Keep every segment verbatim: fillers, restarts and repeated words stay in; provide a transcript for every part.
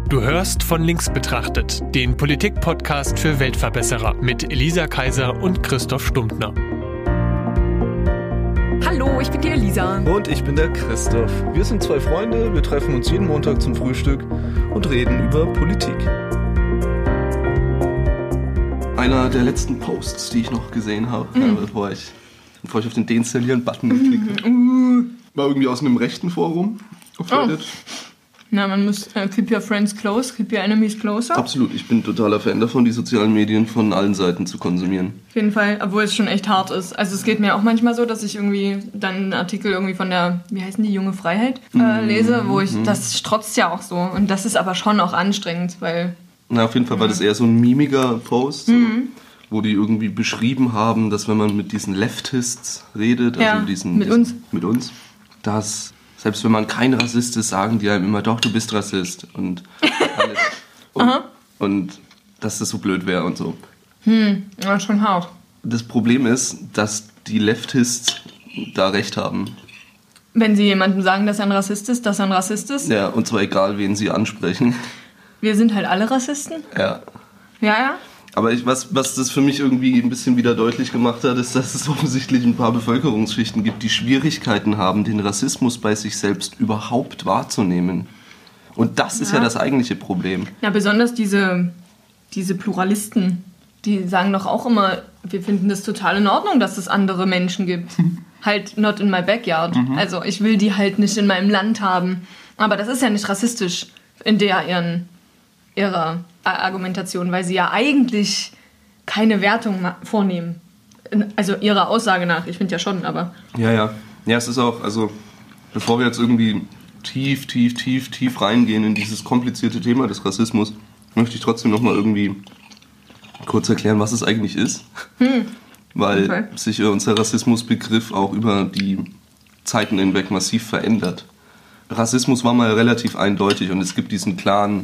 Du hörst von links betrachtet, den Politik-Podcast für Weltverbesserer mit Elisa Kaiser und Christoph Stumptner. Hallo, ich bin die Elisa. Und ich bin der Christoph. Wir sind zwei Freunde, wir treffen uns jeden Montag zum Frühstück und reden über Politik. Einer der letzten Posts, die ich noch gesehen habe, mhm. ja, bevor, ich, bevor ich auf den Deinstallieren-Button geklickt habe, mhm. war irgendwie aus einem rechten Forum auf Reddit. Oh. Na, man muss uh, keep your friends close, keep your enemies closer. Absolut, ich bin totaler Fan davon, die sozialen Medien von allen Seiten zu konsumieren. Auf jeden Fall, obwohl es schon echt hart ist. Also es geht mir auch manchmal so, dass ich irgendwie dann einen Artikel irgendwie von der, wie heißen die, Junge Freiheit äh, mm-hmm. lese, wo ich, das strotzt ja auch so. Und das ist aber schon auch anstrengend, weil... Na, auf jeden Fall war das eher so ein mimiger Post, mhm. wo die irgendwie beschrieben haben, dass wenn man mit diesen Leftists redet, ja, also diesen, mit diesen, uns, mit uns, dass... Selbst wenn man kein Rassist ist, sagen die einem immer, doch, du bist Rassist. Und, und, und dass das so blöd wäre und so. Hm, ja, schon hart. Das Problem ist, dass die Leftists da recht haben. Wenn sie jemandem sagen, dass er ein Rassist ist, dass er ein Rassist ist? Ja, und zwar egal, wen sie ansprechen. Wir sind halt alle Rassisten? Ja. Ja, ja. Aber ich, was, was das für mich irgendwie ein bisschen wieder deutlich gemacht hat, ist, dass es offensichtlich ein paar Bevölkerungsschichten gibt, die Schwierigkeiten haben, den Rassismus bei sich selbst überhaupt wahrzunehmen. Und das ist ja, ja das eigentliche Problem. Ja, besonders diese, diese Pluralisten, die sagen doch auch immer, wir finden das total in Ordnung, dass es andere Menschen gibt. Halt not in my backyard. Mhm. Also ich will die halt nicht in meinem Land haben. Aber das ist ja nicht rassistisch in der ihren, ihrer... Argumentation, weil sie ja eigentlich keine Wertung vornehmen. Also ihrer Aussage nach, ich finde ja schon, aber... Ja, ja. Ja, es ist auch, also bevor wir jetzt irgendwie tief, tief, tief, tief reingehen in dieses komplizierte Thema des Rassismus, möchte ich trotzdem nochmal irgendwie kurz erklären, was es eigentlich ist. Hm. Weil okay. sich unser Rassismusbegriff auch über die Zeiten hinweg massiv verändert. Rassismus war mal relativ eindeutig und es gibt diesen klaren...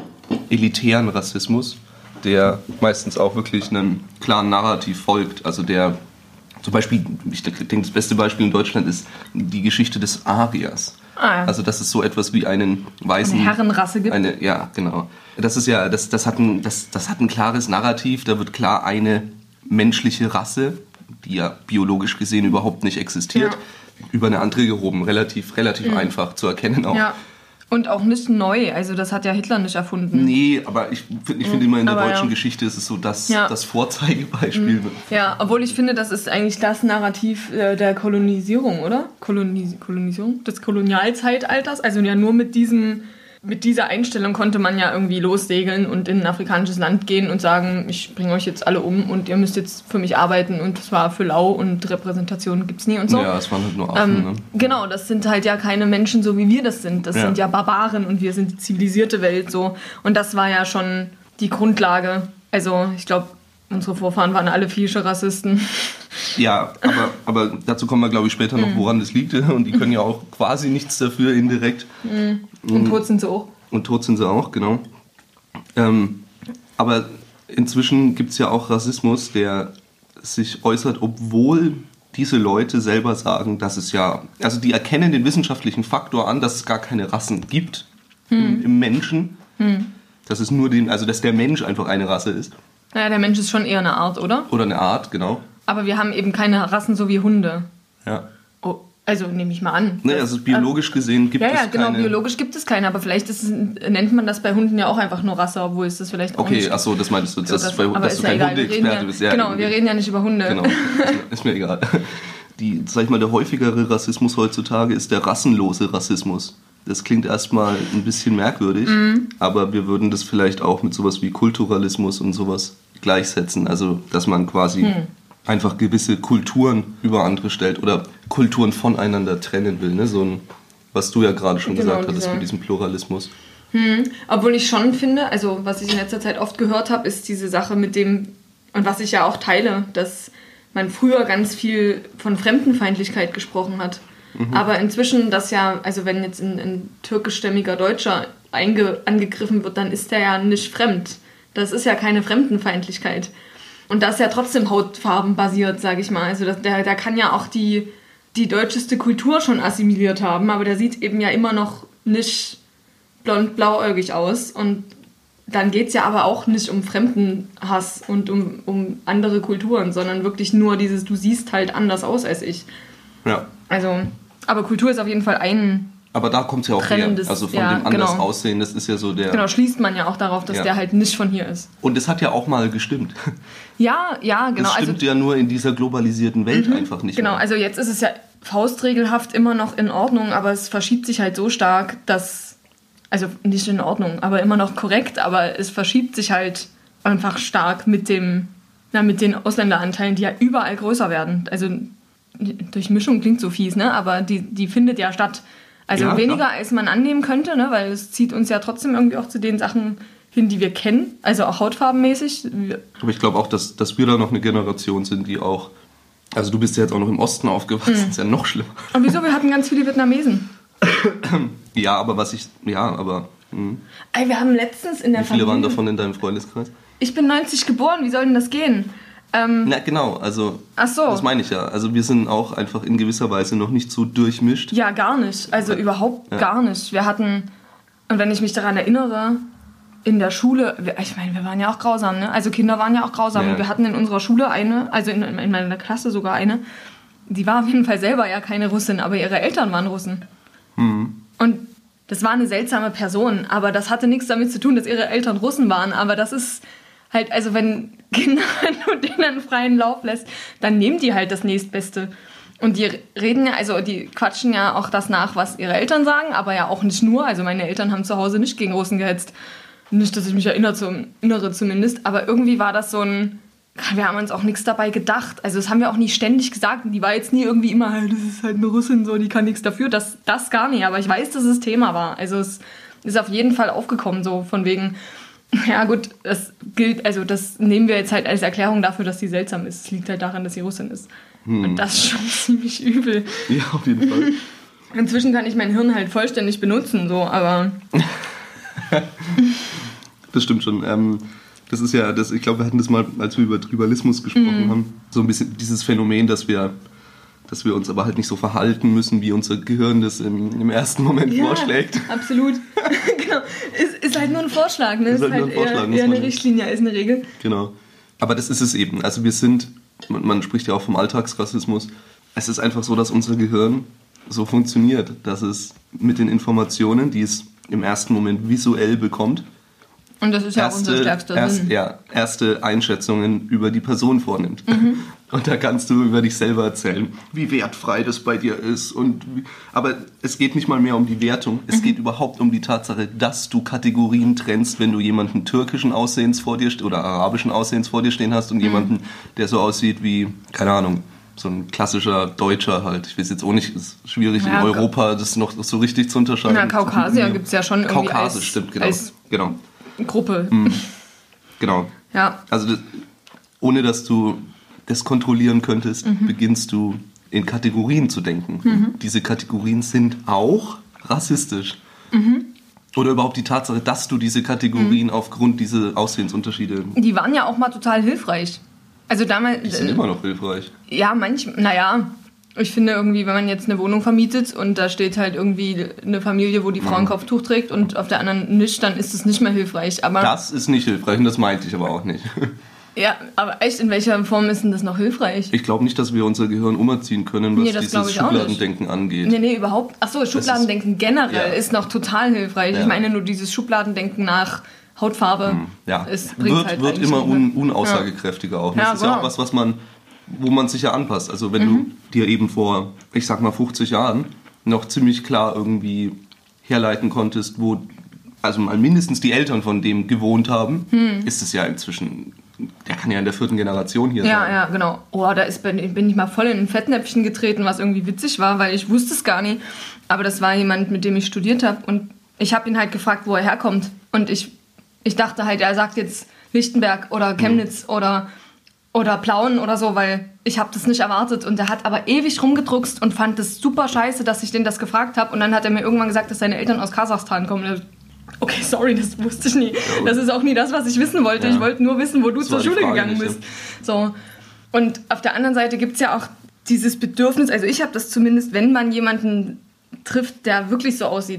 elitären Rassismus, der meistens auch wirklich einem klaren Narrativ folgt. Also der, zum Beispiel, ich denke, das beste Beispiel in Deutschland ist die Geschichte des Ariers. Ah, ja. Also dass es so etwas wie einen weißen... Eine Herrenrasse gibt? Eine, ja, genau. Das ist ja, das, das, hat ein, das, das hat ein klares Narrativ, da wird klar eine menschliche Rasse, die ja biologisch gesehen überhaupt nicht existiert, ja. über eine andere gehoben. Relativ, relativ mhm. einfach zu erkennen auch. Ja. Und auch nicht neu, also das hat ja Hitler nicht erfunden. Nee, aber ich, ich finde immer in der aber deutschen ja. Geschichte ist es so das, ja. das Vorzeigebeispiel. Mhm. Ja, obwohl ich finde, das ist eigentlich das Narrativ der Kolonisierung, oder? Kolonis- Kolonisierung? Des Kolonialzeitalters, also ja nur mit diesem... Mit dieser Einstellung konnte man ja irgendwie lossegeln und in ein afrikanisches Land gehen und sagen, ich bringe euch jetzt alle um und ihr müsst jetzt für mich arbeiten und zwar für lau und Repräsentation gibt's nie und so. Ja, es waren halt nur Affen, ähm, ne? Genau, das sind halt ja keine Menschen, so wie wir das sind. Das ja. sind ja Barbaren und wir sind die zivilisierte Welt so. Und das war ja schon die Grundlage. Also ich glaube, unsere Vorfahren waren alle Fische Rassisten. Ja, aber, aber dazu kommen wir, glaube ich, später noch, woran das liegt. Und die können ja auch quasi nichts dafür, indirekt. Und tot sind sie auch. Und tot sind sie auch, genau. Ähm, aber inzwischen gibt es ja auch Rassismus, der sich äußert, obwohl diese Leute selber sagen, dass es ja... Also die erkennen den wissenschaftlichen Faktor an, dass es gar keine Rassen gibt hm. im, im Menschen. Hm. Dass es nur den, also dass der Mensch einfach eine Rasse ist. Naja, der Mensch ist schon eher eine Art, oder? Oder eine Art, genau. Aber wir haben eben keine Rassen so wie Hunde. Ja. Oh, also nehme ich mal an. Nee, also biologisch gesehen gibt ja, es ja, keine... Ja, genau, biologisch gibt es keine. Aber vielleicht ist es, nennt man das bei Hunden ja auch einfach nur Rasse, obwohl es das vielleicht auch okay, nicht... Okay, achso, das meinst du, dass, das, das bei, dass du ja kein egal, Hundeexperte ja, bist. Ja, genau, wir reden ja nicht über Hunde. Genau, ist mir egal. Die, sag ich mal, der häufigere Rassismus heutzutage ist der rassenlose Rassismus. Das klingt erstmal ein bisschen merkwürdig, mhm. aber wir würden das vielleicht auch mit sowas wie Kulturalismus und sowas gleichsetzen. Also, dass man quasi mhm. einfach gewisse Kulturen über andere stellt oder Kulturen voneinander trennen will. Ne? So ein, was du ja gerade schon genau, gesagt hattest diese. mit diesem Pluralismus. Hm. Obwohl ich schon finde, also was ich in letzter Zeit oft gehört habe, ist diese Sache mit dem, und was ich ja auch teile, dass man früher ganz viel von Fremdenfeindlichkeit gesprochen hat. Mhm. Aber inzwischen, das ja, also wenn jetzt ein, ein türkischstämmiger Deutscher einge, angegriffen wird, dann ist der ja nicht fremd. Das ist ja keine Fremdenfeindlichkeit. Und das ist ja trotzdem hautfarbenbasiert, sage ich mal. Also das, der, der kann ja auch die, die deutscheste Kultur schon assimiliert haben, aber der sieht eben ja immer noch nicht blond blauäugig aus und dann geht es ja aber auch nicht um Fremdenhass und um, um andere Kulturen, sondern wirklich nur dieses, du siehst halt anders aus als ich. Ja. Also, aber Kultur ist auf jeden Fall ein Aber da kommt es ja auch her. Also von ja, dem anders genau. Aussehen, das ist ja so der... Genau, schließt man ja auch darauf, dass ja. der halt nicht von hier ist. Und das hat ja auch mal gestimmt. Ja, ja, genau. Das stimmt also, ja nur in dieser globalisierten Welt mhm, einfach nicht Genau, mehr. also jetzt ist es ja faustregelhaft immer noch in Ordnung, aber es verschiebt sich halt so stark, dass... Also nicht in Ordnung, aber immer noch korrekt, aber es verschiebt sich halt einfach stark mit dem, na, mit den Ausländeranteilen, die ja überall größer werden. Also Durchmischung klingt so fies, ne? Aber die, die findet ja statt. Also ja, weniger, klar. als man annehmen könnte, ne? Weil es zieht uns ja trotzdem irgendwie auch zu den Sachen hin, die wir kennen, also auch hautfarbenmäßig. Aber ich glaube auch, dass, dass wir da noch eine Generation sind, die auch... Also du bist ja jetzt auch noch im Osten aufgewachsen, mhm. ist ja noch schlimmer. Und wieso? Wir hatten ganz viele Vietnamesen. Ja, aber was ich... Ja, aber... Mh. Ey, wir haben letztens in der Wie viele Familie... waren davon in deinem Freundeskreis? Ich bin neunzig geboren, wie soll denn das gehen? Ähm, Na genau, also... Ach so. Das meine ich ja. Also wir sind auch einfach in gewisser Weise noch nicht so durchmischt. Ja, gar nicht. Also überhaupt ja. gar nicht. Wir hatten... Und wenn ich mich daran erinnere... In der Schule, ich meine, wir waren ja auch grausam, ne? Also Kinder waren ja auch grausam. Ja. Und wir hatten in unserer Schule eine, also in, in meiner Klasse sogar eine, die war auf jeden Fall selber ja keine Russin, aber ihre Eltern waren Russen. Mhm. Und das war eine seltsame Person, aber das hatte nichts damit zu tun, dass ihre Eltern Russen waren. Aber das ist halt, also wenn Kinder, wenn du denen einen freien Lauf lässt, dann nehmen die halt das Nächstbeste. Und die reden ja, also die quatschen ja auch das nach, was ihre Eltern sagen, aber ja auch nicht nur. Also meine Eltern haben zu Hause nicht gegen Russen gehetzt. Nicht, dass ich mich erinnere, zum, erinnere zumindest, aber irgendwie war das so ein... Wir haben uns auch nichts dabei gedacht. Also das haben wir auch nie ständig gesagt. Die war jetzt nie irgendwie immer, das ist halt eine Russin, so, die kann nichts dafür. Das, das gar nicht, aber ich weiß, dass es Thema war. Also es ist auf jeden Fall aufgekommen, so von wegen... Ja gut, das gilt, also das nehmen wir jetzt halt als Erklärung dafür, dass sie seltsam ist. Es liegt halt daran, dass sie Russin ist. Hm. Und das ist schon ziemlich übel. Ja, auf jeden Fall. Inzwischen kann ich mein Hirn halt vollständig benutzen, so, aber... Das stimmt schon. Ähm, das ist ja, das, ich glaube, wir hatten das mal, als wir über Tribalismus gesprochen mm. haben, so ein bisschen dieses Phänomen, dass wir, dass wir uns aber halt nicht so verhalten müssen, wie unser Gehirn das im, im ersten Moment ja, vorschlägt. Absolut. Genau. Ist, ist halt nur ein Vorschlag, ne? Ist, ist halt, halt nur ein Vorschlag, eher, eher eine Richtlinie als eine Regel. Genau. Aber das ist es eben. Also wir sind, man, man spricht ja auch vom Alltagsrassismus, es ist einfach so, dass unser Gehirn so funktioniert, dass es mit den Informationen, die es im ersten Moment visuell bekommt, und das ist ja erste, auch unser stärkster erst, Sinn. Ja, erste Einschätzungen über die Person vornimmt. Mhm. Und da kannst du über dich selber erzählen, wie wertfrei das bei dir ist. Und wie, aber es geht nicht mal mehr um die Wertung. Es mhm. geht überhaupt um die Tatsache, dass du Kategorien trennst, wenn du jemanden türkischen Aussehens vor dir oder arabischen Aussehens vor dir stehen hast und mhm. jemanden, der so aussieht wie, keine Ahnung, so ein klassischer Deutscher halt. Ich weiß jetzt auch nicht, es ist schwierig ja, in Europa das noch so richtig zu unterscheiden. Ja, Kaukasier gibt es ja schon irgendwie Kaukasisch, als, stimmt, genau. als genau. Gruppe. Mhm. Genau. Ja. Also das, ohne dass du das kontrollieren könntest, mhm. beginnst du in Kategorien zu denken. Mhm. Diese Kategorien sind auch rassistisch. Mhm. Oder überhaupt die Tatsache, dass du diese Kategorien mhm. aufgrund dieser Aussehensunterschiede... Die waren ja auch mal total hilfreich. Also damals... Die sind äh, immer noch hilfreich. Ja, manchmal, naja... Ich finde irgendwie, wenn man jetzt eine Wohnung vermietet und da steht halt irgendwie eine Familie, wo die Frau ein Kopftuch trägt und auf der anderen nicht, dann ist es nicht mehr hilfreich. Aber das ist nicht hilfreich und das meinte ich aber auch nicht. Ja, aber echt, in welcher Form ist denn das noch hilfreich? Ich glaube nicht, dass wir unser Gehirn umerziehen können, was nee, dieses Schubladendenken angeht. Nee, nee, überhaupt. Achso, Schubladendenken generell ja. ist noch total hilfreich. Ja. Ich meine nur dieses Schubladendenken nach Hautfarbe. Ja, es wird, halt wird immer un, unaussagekräftiger auch. Das ja, ist genau. ja auch was, was man... wo man sich ja anpasst. Also wenn mhm. du dir eben vor, ich sag mal fünfzig Jahren noch ziemlich klar irgendwie herleiten konntest, wo also mal mindestens die Eltern von dem gewohnt haben, mhm. ist es ja inzwischen, der kann ja in der vierten Generation hier ja, sein. Ja, ja, genau. Oh, da ist, bin ich mal voll in ein Fettnäpfchen getreten, was irgendwie witzig war, weil ich wusste es gar nicht. Aber das war jemand, mit dem ich studiert habe und ich habe ihn halt gefragt, wo er herkommt. Und ich, ich dachte halt, er sagt jetzt Lichtenberg oder Chemnitz mhm. oder... oder Plauen oder so, weil ich habe das nicht erwartet. Und er hat aber ewig rumgedruckst und fand das super scheiße, dass ich den das gefragt habe. Und dann hat er mir irgendwann gesagt, dass seine Eltern aus Kasachstan kommen. Okay, sorry, das wusste ich nie. Das ist auch nie das, was ich wissen wollte. Ja. Ich wollte nur wissen, wo du das zur Schule gegangen bist. Ja. So. Und auf der anderen Seite gibt es ja auch dieses Bedürfnis, also ich habe das zumindest, wenn man jemanden trifft, der wirklich so aussieht,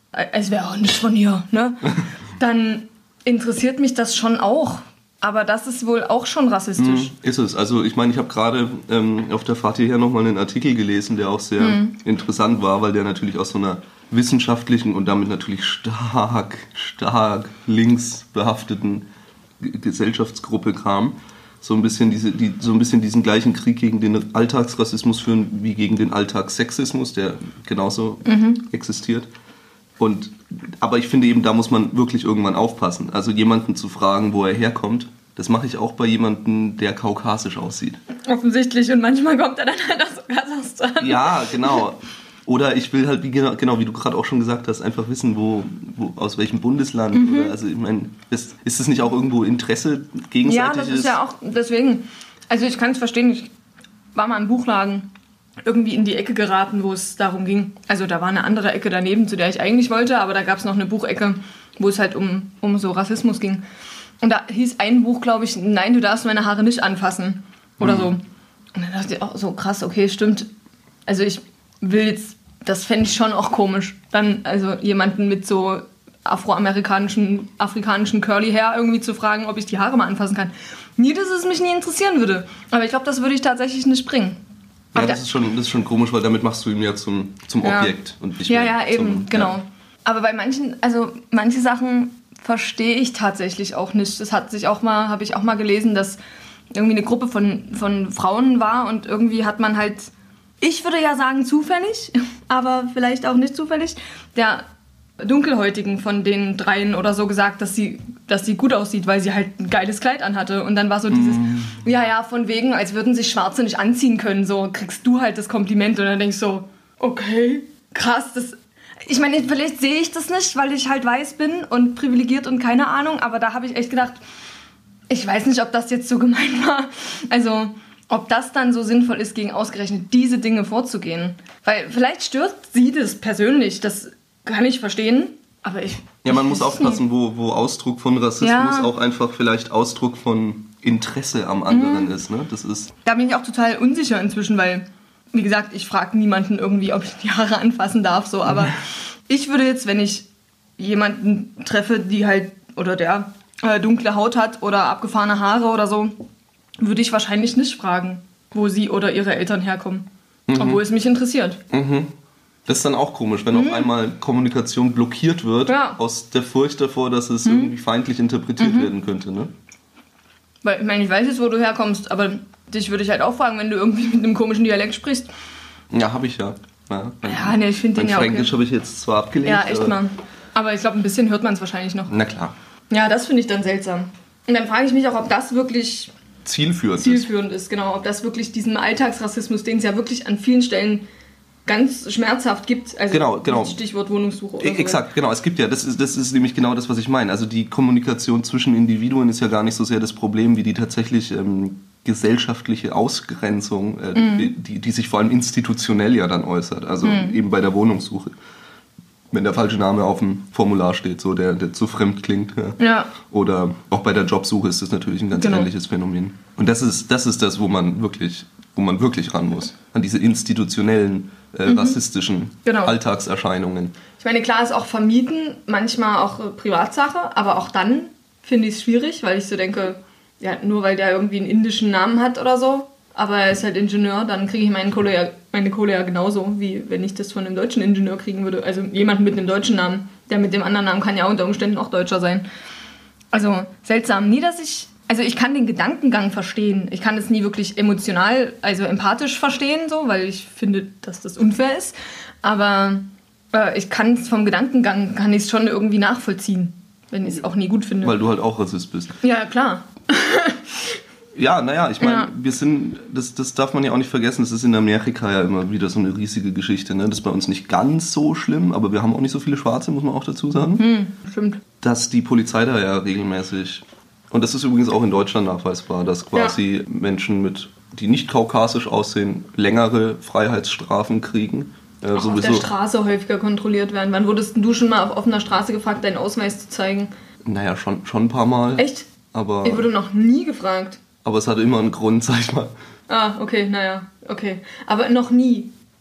es wäre auch nicht von ihr, ne? Dann interessiert mich das schon auch. Aber das ist wohl auch schon rassistisch. Mm, ist es. Also ich meine, ich habe gerade ähm, auf der Fahrt hierher nochmal einen Artikel gelesen, der auch sehr mm. interessant war, weil der natürlich aus so einer wissenschaftlichen und damit natürlich stark, stark links behafteten G- Gesellschaftsgruppe kam. So ein bisschen diese, die, so ein bisschen diesen gleichen Krieg gegen den Alltagsrassismus führen wie gegen den Alltagssexismus, der genauso mhm. existiert. Und, aber ich finde eben, da muss man wirklich irgendwann aufpassen. Also jemanden zu fragen, wo er herkommt, das mache ich auch bei jemandem, der kaukasisch aussieht. Offensichtlich, und manchmal kommt er dann halt aus Kasachstan. Ja, genau. Oder ich will halt, wie, genau, genau wie du gerade auch schon gesagt hast, einfach wissen, wo, wo aus welchem Bundesland. Mhm. Oder, also ich meine, ist, ist es nicht auch irgendwo Interesse gegenseitig? Ja, das ist, ist ja auch deswegen. Also ich kann es verstehen, ich war mal im Buchladen irgendwie in die Ecke geraten, wo es darum ging. Also da war eine andere Ecke daneben, zu der ich eigentlich wollte, aber da gab es noch eine Buchecke, wo es halt um, um so Rassismus ging. Und da hieß ein Buch, glaube ich, nein, du darfst meine Haare nicht anfassen. Oder mhm. so. Und dann dachte ich auch so, krass, okay, stimmt. Also ich will jetzt, das fände ich schon auch komisch, dann also jemanden mit so afroamerikanischen, afrikanischen Curly Hair irgendwie zu fragen, ob ich die Haare mal anfassen kann. Nie, dass es mich nie interessieren würde. Aber ich glaube, das würde ich tatsächlich nicht bringen. Ja, das ist, schon, das ist schon komisch, weil damit machst du ihn ja zum, zum ja. Objekt. Und nicht ja, mehr ja, eben, zum, genau. Ja. Aber bei manchen, also manche Sachen verstehe ich tatsächlich auch nicht. Das hat sich auch mal, habe ich auch mal gelesen, dass irgendwie eine Gruppe von, von Frauen war und irgendwie hat man halt, ich würde ja sagen zufällig, aber vielleicht auch nicht zufällig, der Dunkelhäutigen von den dreien oder so gesagt, dass sie, dass sie gut aussieht, weil sie halt ein geiles Kleid anhatte. Und dann war so dieses, mm. ja, ja, von wegen, als würden sich Schwarze nicht anziehen können, so kriegst du halt das Kompliment. Und dann denkst du so, okay, krass, das... Ich meine, vielleicht sehe ich das nicht, weil ich halt weiß bin und privilegiert und keine Ahnung, aber da habe ich echt gedacht, ich weiß nicht, ob das jetzt so gemein war. Also, ob das dann so sinnvoll ist, gegen ausgerechnet diese Dinge vorzugehen. Weil vielleicht stört sie das persönlich, das kann ich verstehen, aber ich... Ja, man ich muss aufpassen, wo, wo Ausdruck von Rassismus ja. auch einfach vielleicht Ausdruck von Interesse am anderen mhm. ist, ne? Das ist... Da bin ich auch total unsicher inzwischen, weil, wie gesagt, ich frage niemanden irgendwie, ob ich die Haare anfassen darf, so, aber ich würde jetzt, wenn ich jemanden treffe, die halt, oder der äh, dunkle Haut hat oder abgefahrene Haare oder so, würde ich wahrscheinlich nicht fragen, wo sie oder ihre Eltern herkommen, mhm. obwohl es mich interessiert. Mhm. Das ist dann auch komisch, wenn mhm. auf einmal Kommunikation blockiert wird, ja. aus der Furcht davor, dass es mhm. irgendwie feindlich interpretiert mhm. werden könnte, ne? Weil, ich meine, ich weiß jetzt, wo du herkommst, aber dich würde ich halt auch fragen, wenn du irgendwie mit einem komischen Dialekt sprichst. Ja, habe ich ja. Ja, mein, ja ne, ich finde den ja okay. Fränkisch habe ich jetzt zwar abgelegt. Ja, echt mal. Aber ich glaube, ein bisschen hört man es wahrscheinlich noch. Na klar. Ja, das finde ich dann seltsam. Und dann frage ich mich auch, ob das wirklich... Zielführend, zielführend ist. ist. Genau, ob das wirklich diesen Alltagsrassismus, den es ja wirklich an vielen Stellen ganz schmerzhaft gibt, also genau, genau. Stichwort Wohnungssuche oder so. Exakt, genau, es gibt ja, das ist, das ist nämlich genau das, was ich meine. Also die Kommunikation zwischen Individuen ist ja gar nicht so sehr das Problem, wie die tatsächlich ähm, gesellschaftliche Ausgrenzung, äh, mhm. die, die sich vor allem institutionell ja dann äußert, also mhm. eben bei der Wohnungssuche. Wenn der falsche Name auf dem Formular steht, so der, der zu fremd klingt. Ja. Ja. Oder auch bei der Jobsuche ist das natürlich ein ganz genau. ähnliches Phänomen. Und das ist, das ist das, wo man wirklich, wo man wirklich ran muss. An diese institutionellen, äh, mhm. rassistischen genau. Alltagserscheinungen. Ich meine, klar ist auch Vermieten manchmal auch äh, Privatsache, aber auch dann finde ich es schwierig, weil ich so denke, ja, nur weil der irgendwie einen indischen Namen hat oder so, aber er ist halt Ingenieur, dann kriege ich meine Kohle, ja, meine Kohle ja genauso, wie wenn ich das von einem deutschen Ingenieur kriegen würde. Also jemand mit einem deutschen Namen, der mit dem anderen Namen kann ja unter Umständen auch Deutscher sein. Also seltsam. Nie, dass ich, also ich kann den Gedankengang verstehen. Ich kann es nie wirklich emotional, also empathisch verstehen, so, weil ich finde, dass das unfair ist. Aber äh, ich kann es vom Gedankengang, kann ich es schon irgendwie nachvollziehen, wenn ich es auch nie gut finde. Weil du halt auch Rassist bist. Ja, klar. Ja, naja, ich meine, ja. wir sind, das, das darf man ja auch nicht vergessen, das ist in Amerika ja immer wieder so eine riesige Geschichte, ne? Das ist bei uns nicht ganz so schlimm, aber wir haben auch nicht so viele Schwarze, muss man auch dazu sagen. Hm, stimmt. Dass die Polizei da ja regelmäßig, und das ist übrigens auch in Deutschland nachweisbar, dass quasi ja. Menschen, mit, die nicht kaukasisch aussehen, längere Freiheitsstrafen kriegen. Äh, auch sowieso. Auf der Straße häufiger kontrolliert werden. Wann wurdest du schon mal auf offener Straße gefragt, deinen Ausweis zu zeigen? Naja, schon, schon ein paar Mal. Echt? Aber ich wurde noch nie gefragt. Aber es hatte immer einen Grund, sag ich mal. Ah, okay, naja, okay. Aber noch nie.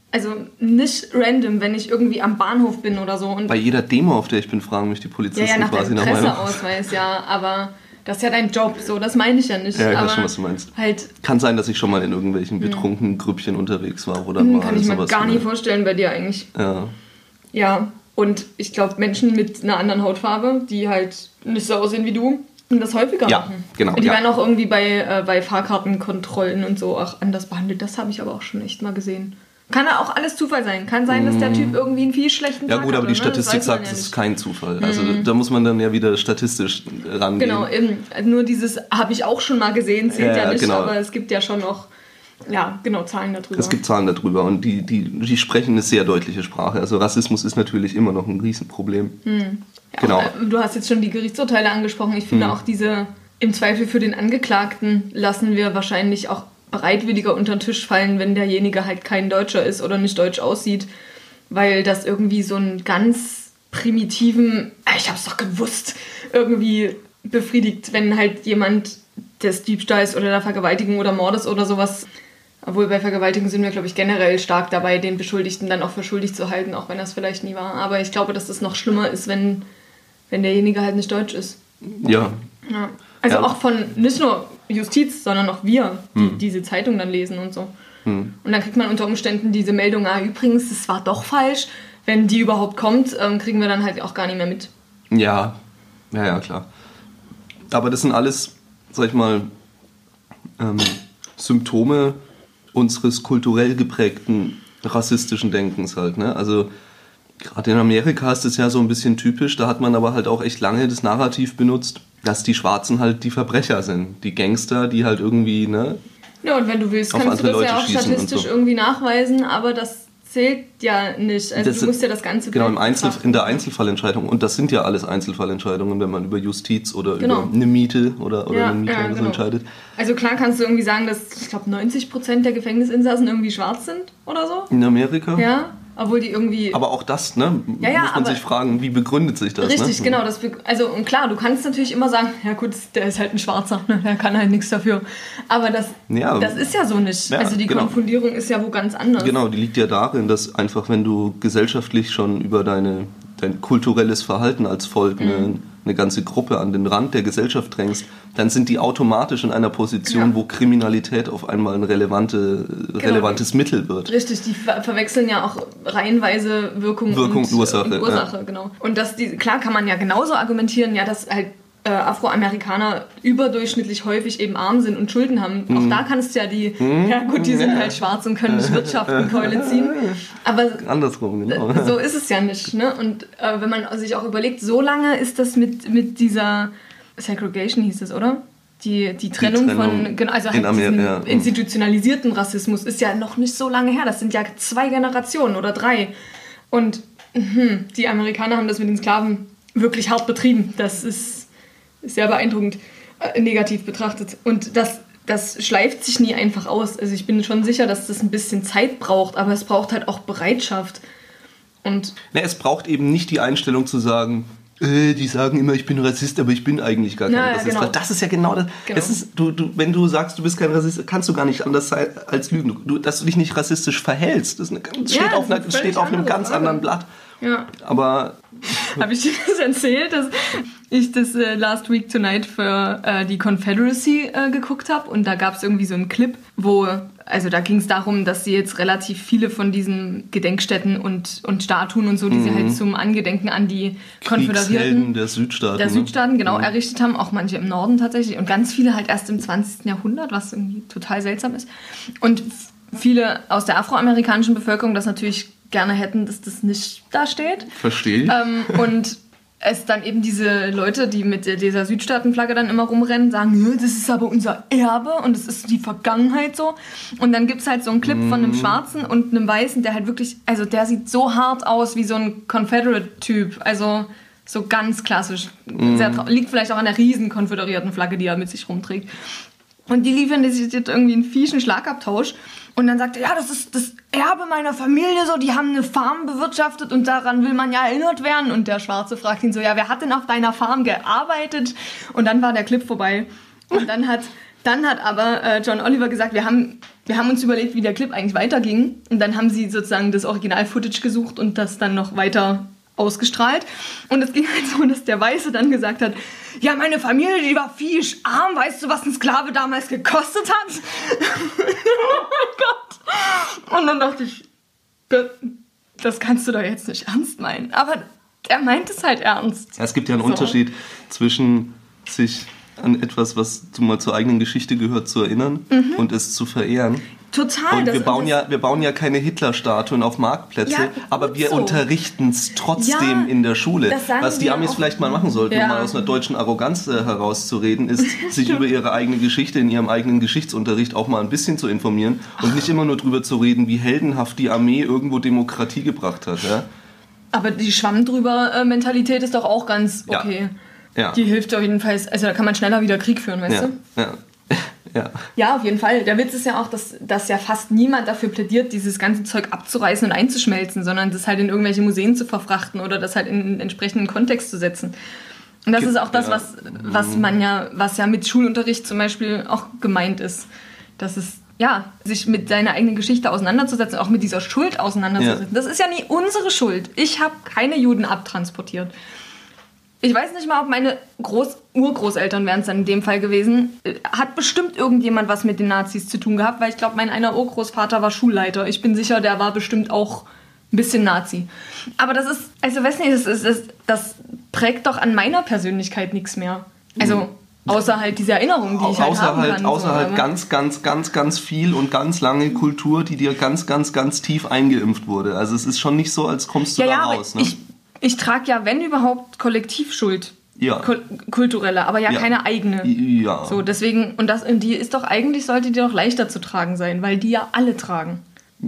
also nicht random, wenn ich irgendwie am Bahnhof bin oder so. Und bei jeder Demo, auf der ich bin, fragen mich die Polizisten ja, ja, nach quasi deinem nach meiner... Presseausweis, ja, aber das ist ja dein Job, so, das meine ich ja nicht. Ja, ich aber weiß schon, was du meinst. Halt, kann sein, dass ich schon mal in irgendwelchen betrunkenen Grüppchen unterwegs war, oder mh, mal kann ich mir sowas gar nie wie- vorstellen bei dir eigentlich. Ja. Ja, und ich glaube, Menschen mit einer anderen Hautfarbe, die halt nicht so aussehen wie du, das häufiger Ja, machen. genau, Und die ja. werden auch irgendwie bei, äh, bei Fahrkartenkontrollen und so auch anders behandelt. Das habe ich aber auch schon echt mal gesehen. Kann ja auch alles Zufall sein. Kann sein, dass der Typ irgendwie einen viel schlechten Ja Tag gut, aber hatte, die ne? Das Statistik weiß man sagt, ja es ist nicht. kein Zufall. Also da muss man dann ja wieder statistisch rangehen. Genau, eben. Nur dieses habe ich auch schon mal gesehen, zählt Ja, ja nicht, genau. aber es gibt ja schon noch, ja, genau, Zahlen darüber. Es gibt Zahlen darüber und die, die, die sprechen eine sehr deutliche Sprache. Also Rassismus ist natürlich immer noch ein Riesenproblem. Hm. Ja, Genau. auch, äh, du hast jetzt schon die Gerichtsurteile angesprochen. Ich finde Hm. auch diese, im Zweifel für den Angeklagten lassen wir wahrscheinlich auch bereitwilliger unter den Tisch fallen, wenn derjenige halt kein Deutscher ist oder nicht deutsch aussieht, weil das irgendwie so einen ganz primitiven, ah, ich hab's doch gewusst, irgendwie befriedigt, wenn halt jemand des Diebstahls oder der Vergewaltigung oder Mordes oder sowas, obwohl bei Vergewaltigung sind wir, glaube ich, generell stark dabei, den Beschuldigten dann auch für schuldig zu halten, auch wenn das vielleicht nie war. Aber ich glaube, dass das noch schlimmer ist, wenn, wenn derjenige halt nicht deutsch ist. Ja. Ja. Also Ja. auch von nicht nur Justiz, sondern auch wir, die Hm. diese Zeitung dann lesen und so. Hm. Und dann kriegt man unter Umständen diese Meldung, ah, übrigens, das war doch falsch. Wenn die überhaupt kommt, ähm, kriegen wir dann halt auch gar nicht mehr mit. Ja, ja, ja, klar. Aber das sind alles, sag ich mal, ähm, Symptome unseres kulturell geprägten rassistischen Denkens halt, ne? Also gerade in Amerika ist das ja so ein bisschen typisch, da hat man aber halt auch echt lange das Narrativ benutzt, dass die Schwarzen halt die Verbrecher sind, die Gangster, die halt irgendwie, ne? Ja, und wenn du willst, Auf kannst du andere das ja Leute auch schießen und statistisch so. irgendwie nachweisen, aber das zählt ja nicht. Also Das du musst ja das ganze Genau, im Bild Einzel, betrachten. in der Einzelfallentscheidung. Und das sind ja alles Einzelfallentscheidungen, wenn man über Justiz oder Genau. über eine Miete oder, oder Ja, einen Mieter ja, oder so genau. entscheidet. Also klar kannst du irgendwie sagen, dass, ich glaube, neunzig Prozent der Gefängnisinsassen irgendwie schwarz sind oder so. In Amerika? Ja, obwohl die irgendwie... Aber auch das, ne? Ja, ja, muss man aber- sich fragen, wie begründet sich das? Richtig, ne? genau. Das, be- also, und klar, du kannst natürlich immer sagen, ja gut, der ist halt ein Schwarzer, ne, der kann halt nichts dafür. Aber das, Ja, das ist ja so nicht. ja, also die genau. Konfundierung ist ja wo ganz anders. Genau, die liegt ja darin, dass einfach, wenn du gesellschaftlich schon über deine, dein kulturelles Verhalten als Volk Mhm. eine, eine ganze Gruppe an den Rand der Gesellschaft drängst, dann sind die automatisch in einer Position, Ja. wo Kriminalität auf einmal ein relevante, relevantes Mittel wird. Richtig, die ver verwechseln ja auch reihenweise Wirkung, Wirkung und und Ursache, Und Ursache, genau. Und dass die, klar kann man ja genauso argumentieren, ja, dass halt äh, Afroamerikaner überdurchschnittlich häufig eben arm sind und Schulden haben. Mhm. Auch da kannst du ja die, ja gut, die sind halt schwarz und können nicht wirtschaften, Keule ziehen. Aber Andersrum, genau. so ist es ja nicht. Ne? Und äh, wenn man sich auch überlegt, so lange ist das mit, mit dieser Segregation, hieß es, oder? Die, die, Trennung, Trennung von, genau, also halt in Amer- diesen ja. institutionalisierten Rassismus ist ja noch nicht so lange her. Das sind ja zwei Generationen oder drei. Und mhm, die Amerikaner haben das mit den Sklaven wirklich hart betrieben. Das ist sehr beeindruckend, äh, negativ betrachtet. Und das, das schleift sich nie einfach aus. Also ich bin schon sicher, dass das ein bisschen Zeit braucht, aber es braucht halt auch Bereitschaft. Und Na, es braucht eben nicht die Einstellung zu sagen, äh, die sagen immer, ich bin Rassist, aber ich bin eigentlich gar kein Ja, ja, Rassist. genau. Weil das ist ja genau das. Genau. Es ist, du, du, wenn du sagst, du bist kein Rassist, kannst du gar nicht anders sein als lügen. Du, dass du dich nicht rassistisch verhältst, das, ist eine, das Ja, steht, auf, das einer, ist das steht völlig auf einem andere ganz Frage. anderen Blatt. ja. Aber Habe ich dir das erzählt, dass ich das äh, Last Week Tonight für äh, die Confederacy äh, geguckt habe und da gab es irgendwie so einen Clip, wo, also da ging es darum, dass sie jetzt relativ viele von diesen Gedenkstätten und, und Statuen und so, die sie halt zum Angedenken an die Kriegshelden Konföderierten der Südstaaten. der ne? Südstaaten, genau, errichtet haben, auch manche im Norden tatsächlich und ganz viele halt erst im zwanzigsten Jahrhundert, was irgendwie total seltsam ist. Und f- viele aus der afroamerikanischen Bevölkerung das natürlich gerne hätten, dass das nicht da steht. Verstehe ich. Ähm, und es dann eben diese Leute, die mit dieser Südstaatenflagge dann immer rumrennen, sagen, "Nö, das ist aber unser Erbe und das ist die Vergangenheit so." Und dann gibt es halt so einen Clip von einem Schwarzen und einem Weißen, der halt wirklich, also der sieht so hart aus wie so ein Confederate-Typ. Also so ganz klassisch. Sehr trau- liegt vielleicht auch an der riesen konföderierten Flagge, die er mit sich rumträgt. Und die liefern sich jetzt irgendwie einen fieschen Schlagabtausch. Und dann sagt er, ja, das ist das Erbe meiner Familie, so, die haben eine Farm bewirtschaftet und daran will man ja erinnert werden. Und der Schwarze fragt ihn so, ja, wer hat denn auf deiner Farm gearbeitet? Und dann war der Clip vorbei. Und dann hat Dann hat aber äh, John Oliver gesagt, wir haben, wir haben uns überlegt, wie der Clip eigentlich weiterging. Und dann haben sie sozusagen das Original-Footage gesucht und das dann noch weiter ausgestrahlt. Und es ging halt so, dass der Weiße dann gesagt hat, ja, meine Familie, die war fisch arm, weißt du, was ein Sklave damals gekostet hat? Oh mein Gott. Und dann dachte ich, das kannst du doch jetzt nicht ernst meinen. Aber er meint es halt ernst. Ja, es gibt ja einen so. Unterschied zwischen sich an etwas, was mal zur eigenen Geschichte gehört, zu erinnern mhm. und es zu verehren. Total. Und das wir bauen, das ja, wir bauen ja keine Hitler-Statuen auf Marktplätze, ja, aber wir so. unterrichten es trotzdem ja, in der Schule. Was die Amis auch. vielleicht mal machen sollten, ja. um mal aus einer deutschen Arroganz äh, herauszureden, ist, sich über ihre eigene Geschichte in ihrem eigenen Geschichtsunterricht auch mal ein bisschen zu informieren und nicht immer nur drüber zu reden, wie heldenhaft die Armee irgendwo Demokratie gebracht hat. Ja? Aber die Schwamm drüber äh, Mentalität ist doch auch ganz okay. Ja. Ja. Die hilft auf jeden Fall, also da kann man schneller wieder Krieg führen, weißt ja. du? Ja. Ja. Ja, auf jeden Fall. Der Witz ist ja auch, dass, dass ja fast niemand dafür plädiert, dieses ganze Zeug abzureißen und einzuschmelzen, sondern das halt in irgendwelche Museen zu verfrachten oder das halt in einen entsprechenden Kontext zu setzen. Und das ist auch das, was, was man ja, was ja mit Schulunterricht zum Beispiel auch gemeint ist. Dass es, ja, sich mit seiner eigenen Geschichte auseinanderzusetzen, auch mit dieser Schuld auseinanderzusetzen. Ja. Das ist ja nie unsere Schuld. Ich habe keine Juden abtransportiert. Ich weiß nicht mal, ob meine Groß- Urgroßeltern wären es dann in dem Fall gewesen. Hat bestimmt irgendjemand was mit den Nazis zu tun gehabt, weil ich glaube, mein einer Urgroßvater war Schulleiter. Ich bin sicher, der war bestimmt auch ein bisschen Nazi. Aber das ist, also weiß nicht, das, ist, das, das prägt doch an meiner Persönlichkeit nichts mehr. Also außer halt diese Erinnerungen, die ich halt außer haben halt, kann. Außer so, halt ganz, ganz, ganz, ganz viel und ganz lange Kultur, die dir ganz, ganz, ganz tief eingeimpft wurde. Also es ist schon nicht so, als kommst du ja, da ja, raus. Aber ne? ich, ich trage ja, wenn überhaupt, Kollektivschuld. Ja. Kul- kulturelle, aber ja, ja keine eigene. Ja. So, deswegen, und das, und die ist doch eigentlich, sollte die doch leichter zu tragen sein, weil die ja alle tragen.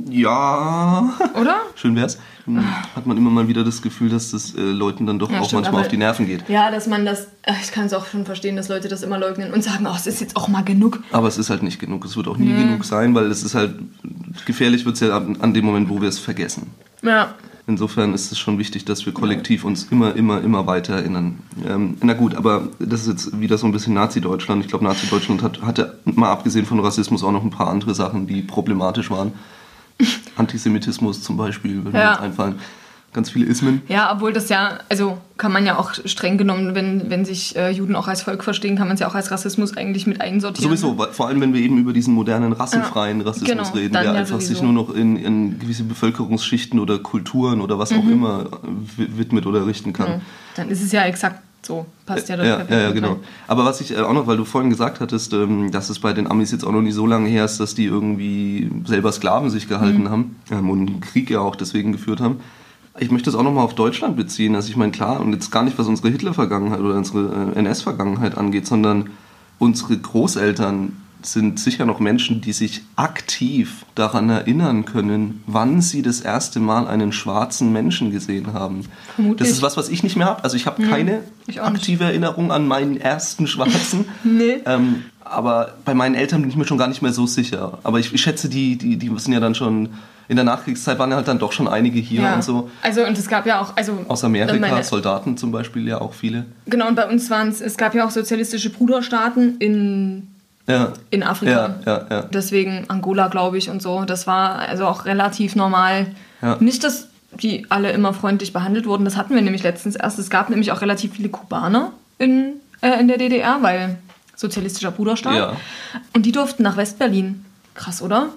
Ja. Oder? Schön wär's. Hat man immer mal wieder das Gefühl, dass das äh, Leuten dann doch Ja, auch stimmt, manchmal aber- auf die Nerven geht. Ja, dass man das, ich kann es auch schon verstehen, dass Leute das immer leugnen und sagen, oh, es ist jetzt auch mal genug. Aber es ist halt nicht genug. Es wird auch nie Nee. genug sein, weil es ist halt, gefährlich wird es ja an, an dem Moment, wo wir es vergessen. Ja. Insofern ist es schon wichtig, dass wir kollektiv uns immer, immer, immer weiter erinnern. Ähm, na gut, aber das ist jetzt wieder so ein bisschen Nazi-Deutschland. Ich glaube, Nazi-Deutschland hat, hatte, mal abgesehen von Rassismus, auch noch ein paar andere Sachen, die problematisch waren. Antisemitismus zum Beispiel, würde mir Ja. jetzt einfallen. Ganz viele Ismen. Ja, obwohl das ja, also kann man ja auch streng genommen, wenn, wenn sich äh, Juden auch als Volk verstehen, kann man es ja auch als Rassismus eigentlich mit einsortieren. Sowieso, weil- vor allem wenn wir eben über diesen modernen, rassenfreien Ja, Rassismus genau, reden, dann der ja einfach sich sowieso. nur noch in, in gewisse Bevölkerungsschichten oder Kulturen oder was auch Mhm. immer wi- widmet oder richten kann. Ja. Dann ist es ja exakt so. Passt ja dort Ja, perfekt ja, ja, mit genau. rein. Aber was ich äh, auch noch, weil du vorhin gesagt hattest, ähm, dass es bei den Amis jetzt auch noch nicht so lange her ist, dass die irgendwie selber Sklaven sich gehalten Mhm. haben ähm, und einen Krieg ja auch deswegen geführt haben. Ich möchte das auch nochmal auf Deutschland beziehen. Also ich meine, klar, und jetzt gar nicht, was unsere Hitler-Vergangenheit oder unsere äh, N S-Vergangenheit angeht, sondern unsere Großeltern sind sicher noch Menschen, die sich aktiv daran erinnern können, wann sie das erste Mal einen schwarzen Menschen gesehen haben. Vermutlich. Das ist was, was ich nicht mehr habe. Also ich habe keine ich auch nicht. aktive Erinnerung an meinen ersten Schwarzen. Nee. ähm, aber bei meinen Eltern bin ich mir schon gar nicht mehr so sicher. Aber ich, ich schätze, die, die, die sind ja dann schon, in der Nachkriegszeit waren ja halt dann doch schon einige hier Ja. und so. Also, und es gab ja auch, also. Aus Amerika, meine- Soldaten zum Beispiel ja auch viele. Genau, und bei uns waren es, es gab ja auch sozialistische Bruderstaaten in, Ja, in Afrika. ja, ja. ja. Deswegen Angola, glaube ich, und so. Das war also auch relativ normal. Ja. Nicht, dass die alle immer freundlich behandelt wurden. Das hatten wir nämlich letztens erst. Es gab nämlich auch relativ viele Kubaner in, äh, in der D D R, weil sozialistischer Bruderstaat. Ja. Und die durften nach Westberlin. Krass, oder?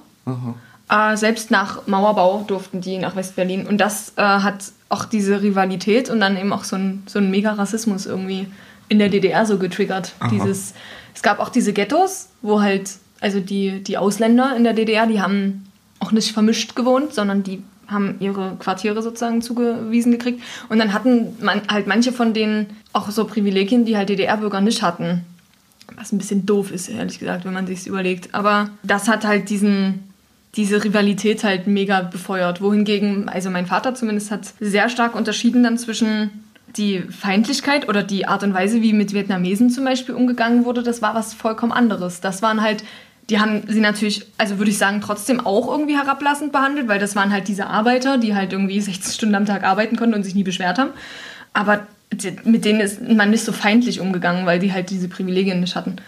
Äh, selbst nach Mauerbau durften die nach Westberlin. Und das äh, hat auch diese Rivalität und dann eben auch so ein, so ein Mega-Rassismus irgendwie in der D D R so getriggert. Dieses, es gab auch diese Ghettos, wo halt, also die, die Ausländer in der D D R, die haben auch nicht vermischt gewohnt, sondern die haben ihre Quartiere sozusagen zugewiesen gekriegt. Und dann hatten man halt manche von denen auch so Privilegien, die halt D D R-Bürger nicht hatten. Was ein bisschen doof ist, ehrlich gesagt, wenn man sich's überlegt. Aber das hat halt diesen, diese Rivalität halt mega befeuert. Wohingegen, also mein Vater zumindest hat sehr stark unterschieden dann zwischen die Feindlichkeit oder die Art und Weise, wie mit Vietnamesen zum Beispiel umgegangen wurde. Das war was vollkommen anderes. Das waren halt, die haben sie natürlich, also würde ich sagen, trotzdem auch irgendwie herablassend behandelt, weil das waren halt diese Arbeiter, die halt irgendwie sechzehn Stunden am Tag arbeiten konnten und sich nie beschwert haben. Aber mit denen ist man nicht so feindlich umgegangen, weil die halt diese Privilegien nicht hatten.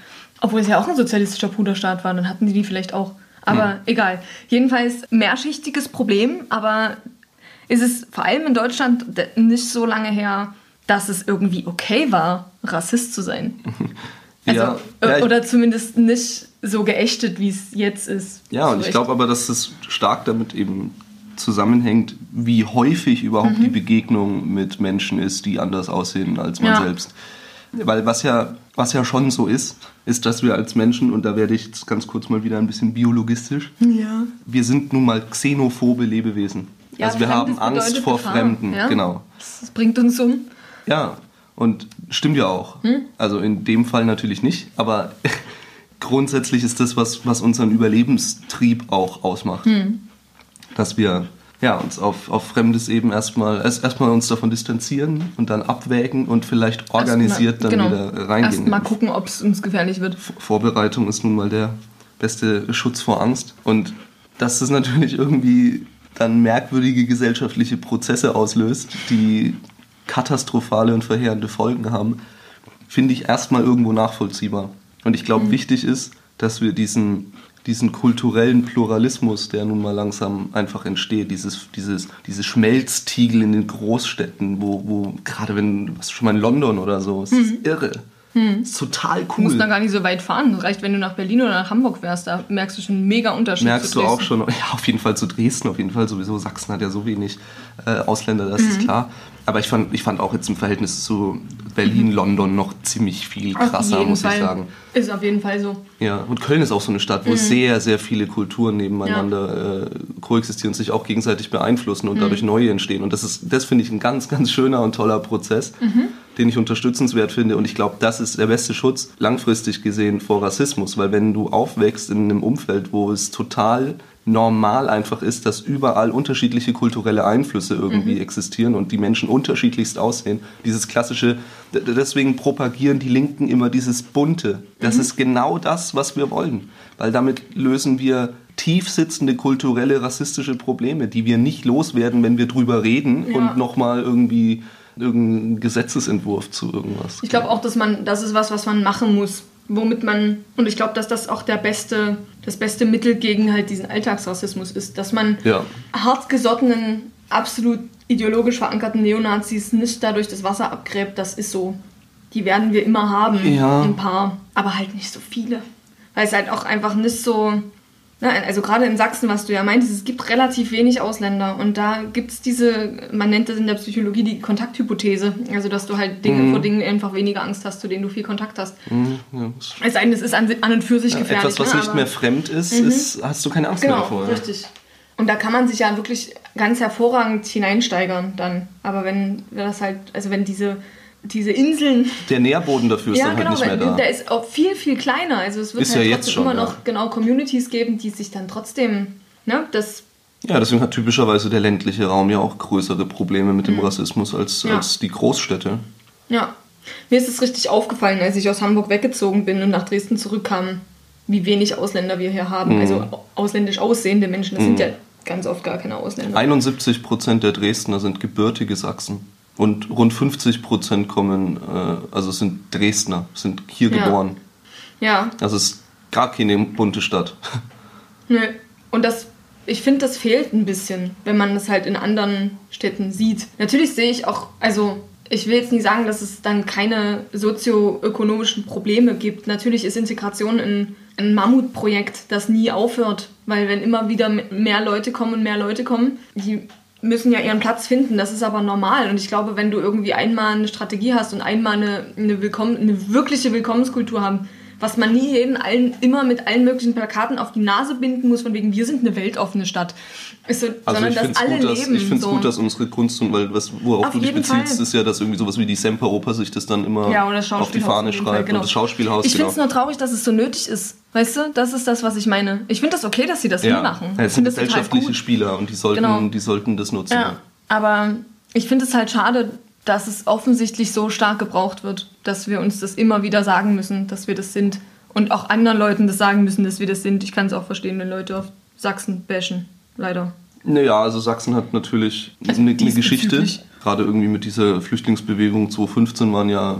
Obwohl es ja auch ein sozialistischer Puderstaat war, dann hatten die die vielleicht auch. Aber hm. egal. Jedenfalls mehrschichtiges Problem, aber ist es vor allem in Deutschland nicht so lange her, dass es irgendwie okay war, Rassist zu sein. Also, ja. Ja, oder zumindest nicht so geächtet, wie es jetzt ist. Ja, und ich glaube aber, dass es stark damit eben zusammenhängt, wie häufig überhaupt mhm. die Begegnung mit Menschen ist, die anders aussehen als man ja. selbst. Weil was ja, was ja schon so ist, ist, dass wir als Menschen, und da werde ich jetzt ganz kurz mal wieder ein bisschen biologistisch, ja. wir sind nun mal xenophobe Lebewesen. Ja, also wir haben Angst vor Gefahr. Fremden. Ja? Genau. Das bringt uns um. Ja, und stimmt ja auch. Hm? Also in dem Fall natürlich nicht, aber grundsätzlich ist das, was, was unseren Überlebenstrieb auch ausmacht. Hm. Dass wir ja, uns auf, auf Fremdes eben erstmal erst, erstmal uns davon distanzieren und dann abwägen und vielleicht organisiert erst mal, dann genau. wieder reingehen. Erst mal gucken, ob es uns gefährlich wird. Vorbereitung ist nun mal der beste Schutz vor Angst. Und dass das natürlich irgendwie dann merkwürdige gesellschaftliche Prozesse auslöst, die katastrophale und verheerende Folgen haben, finde ich erstmal irgendwo nachvollziehbar. Und ich glaube, mhm. wichtig ist, dass wir diesen, diesen kulturellen Pluralismus, der nun mal langsam einfach entsteht, dieses, dieses, diese Schmelztiegel in den Großstädten, wo, wo gerade wenn, was schon mal in London oder so, es mhm. ist irre. Hm. Das ist total cool. Du musst da gar nicht so weit fahren. Das reicht, wenn du nach Berlin oder nach Hamburg fährst. Da merkst du schon einen mega Unterschied. Merkst zu du auch schon. Ja, auf jeden Fall zu Dresden. Auf jeden Fall sowieso. Sachsen hat ja so wenig äh, Ausländer, das mhm. ist klar. Aber ich fand, ich fand auch jetzt im Verhältnis zu Berlin, mhm. London noch ziemlich viel krasser, muss Fall. ich sagen. Ist auf jeden Fall so. Ja, und Köln ist auch so eine Stadt, wo mhm. sehr, sehr viele Kulturen nebeneinander ja. äh, koexistieren und sich auch gegenseitig beeinflussen und mhm. dadurch neue entstehen. Und das ist, das finde ich ein ganz, ganz schöner und toller Prozess, mhm. den ich unterstützenswert finde. Und ich glaube, das ist der beste Schutz, langfristig gesehen, vor Rassismus. Weil wenn du aufwächst in einem Umfeld, wo es total normal einfach ist, dass überall unterschiedliche kulturelle Einflüsse irgendwie mhm. existieren und die Menschen unterschiedlichst aussehen. Dieses klassische, deswegen propagieren die Linken immer dieses Bunte. Das mhm. ist genau das, was wir wollen. Weil damit lösen wir tief sitzende kulturelle, rassistische Probleme, die wir nicht loswerden, wenn wir drüber reden ja. und nochmal irgendwie irgendeinen Gesetzesentwurf zu irgendwas. Ich glaube auch, dass man, das ist was, was man machen muss. Womit man, und ich glaube, dass das auch der beste, das beste Mittel gegen halt diesen Alltagsrassismus ist, dass man ja. hartgesottenen, absolut ideologisch verankerten Neonazis nicht dadurch das Wasser abgräbt, das ist so. Die werden wir immer haben, ja. ein paar, aber halt nicht so viele. Weil es halt auch einfach nicht so, ne, also gerade in Sachsen, was du ja meintest, es gibt relativ wenig Ausländer und da gibt es diese, man nennt das in der Psychologie die Kontakthypothese, also dass du halt Dinge mhm. vor Dingen einfach weniger Angst hast, zu denen du viel Kontakt hast. Mhm, ja. Es sei denn, es ist an, an und für sich ja, gefährlich. Etwas, was ne, nicht aber, mehr fremd ist, mhm. ist, hast du keine Angst genau, mehr davor. Genau, richtig. Und da kann man sich ja wirklich ganz hervorragend hineinsteigern dann. Aber wenn das halt, also wenn diese diese Inseln... Der Nährboden dafür ist ja, dann genau, halt nicht mehr da. Der ist auch viel, viel kleiner. Also es wird ist halt ja trotzdem schon, immer ja. noch genau Communities geben, die sich dann trotzdem... Ne, das ja, deswegen hat typischerweise der ländliche Raum ja auch größere Probleme mit dem mhm. Rassismus als, ja. als die Großstädte. Ja, mir ist es richtig aufgefallen, als ich aus Hamburg weggezogen bin und nach Dresden zurückkam, wie wenig Ausländer wir hier haben. Mhm. Also ausländisch aussehende Menschen, das mhm. sind ja ganz oft gar keine Ausländer. einundsiebzig Prozent der Dresdner sind gebürtige Sachsen. Und rund fünfzig Prozent kommen, äh, also sind Dresdner, sind hier ja. geboren. Ja. Also es ist gar keine bunte Stadt. Nö. Und das, ich finde, das fehlt ein bisschen, wenn man das halt in anderen Städten sieht. Natürlich sehe ich auch, also ich will jetzt nicht sagen, dass es dann keine sozioökonomischen Probleme gibt. Natürlich ist Integration ein, ein Mammutprojekt, das nie aufhört, weil wenn immer wieder mehr Leute kommen und mehr Leute kommen, die müssen ja ihren Platz finden, das ist aber normal. Und ich glaube, wenn du irgendwie einmal eine Strategie hast und einmal eine, eine, Willkommen, eine wirkliche Willkommenskultur haben, was man nie jeden allen immer mit allen möglichen Plakaten auf die Nase binden muss, von wegen, wir sind eine weltoffene Stadt. Ist so, also sondern ich dass alle gut, dass, leben. Ich finde es so. gut, dass unsere Kunst, und weil was, worauf auf du dich beziehst, Fall. ist ja, dass irgendwie sowas wie die Semperoper sich das dann immer ja, auf die Fahne schreibt genau. und das Schauspielhaus. Ich finde es genau. nur traurig, dass es so nötig ist. Weißt du, das ist das, was ich meine. Ich finde das okay, dass sie das ja. hinmachen. Ja, es sind das gesellschaftliche Spieler und die sollten, genau. die sollten das nutzen. Ja. Aber ich finde es halt schade, dass es offensichtlich so stark gebraucht wird, dass wir uns das immer wieder sagen müssen, dass wir das sind. Und auch anderen Leuten das sagen müssen, dass wir das sind. Ich kann es auch verstehen, wenn Leute auf Sachsen bashen. Leider. Naja, also Sachsen hat natürlich also eine, eine Geschichte. Gerade irgendwie mit dieser Flüchtlingsbewegung zwanzig fünfzehn waren ja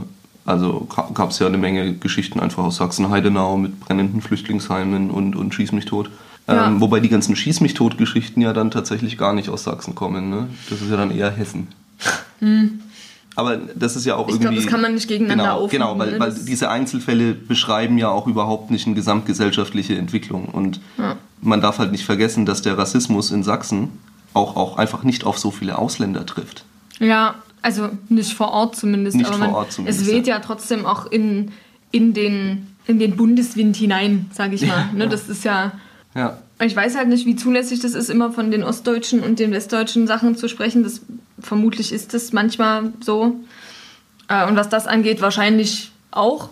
Also gab es ja eine Menge Geschichten einfach aus Sachsen-Heidenau mit brennenden Flüchtlingsheimen und, und Schieß mich tot. Ja. Ähm, wobei die ganzen Schieß mich tot Geschichten ja dann tatsächlich gar nicht aus Sachsen kommen. Ne? Das ist ja dann eher Hessen. Hm. Aber das ist ja auch ich irgendwie... Ich glaube, das kann man nicht gegeneinander genau, aufnehmen. Genau, weil, ne? weil diese Einzelfälle beschreiben ja auch überhaupt nicht eine gesamtgesellschaftliche Entwicklung. Und ja. man darf halt nicht vergessen, dass der Rassismus in Sachsen auch, auch einfach nicht auf so viele Ausländer trifft. Ja, also nicht vor Ort zumindest. Nicht aber vor man, Ort zumindest. Es weht ja, ja trotzdem auch in, in, den, in den Bundeswind hinein, sage ich mal. Ja, ne? Das ist ja... ja. Ich weiß halt nicht, wie zulässig das ist, immer von den ostdeutschen und den westdeutschen Sachen zu sprechen. Das, vermutlich ist das manchmal so. Äh, und was das angeht, wahrscheinlich auch.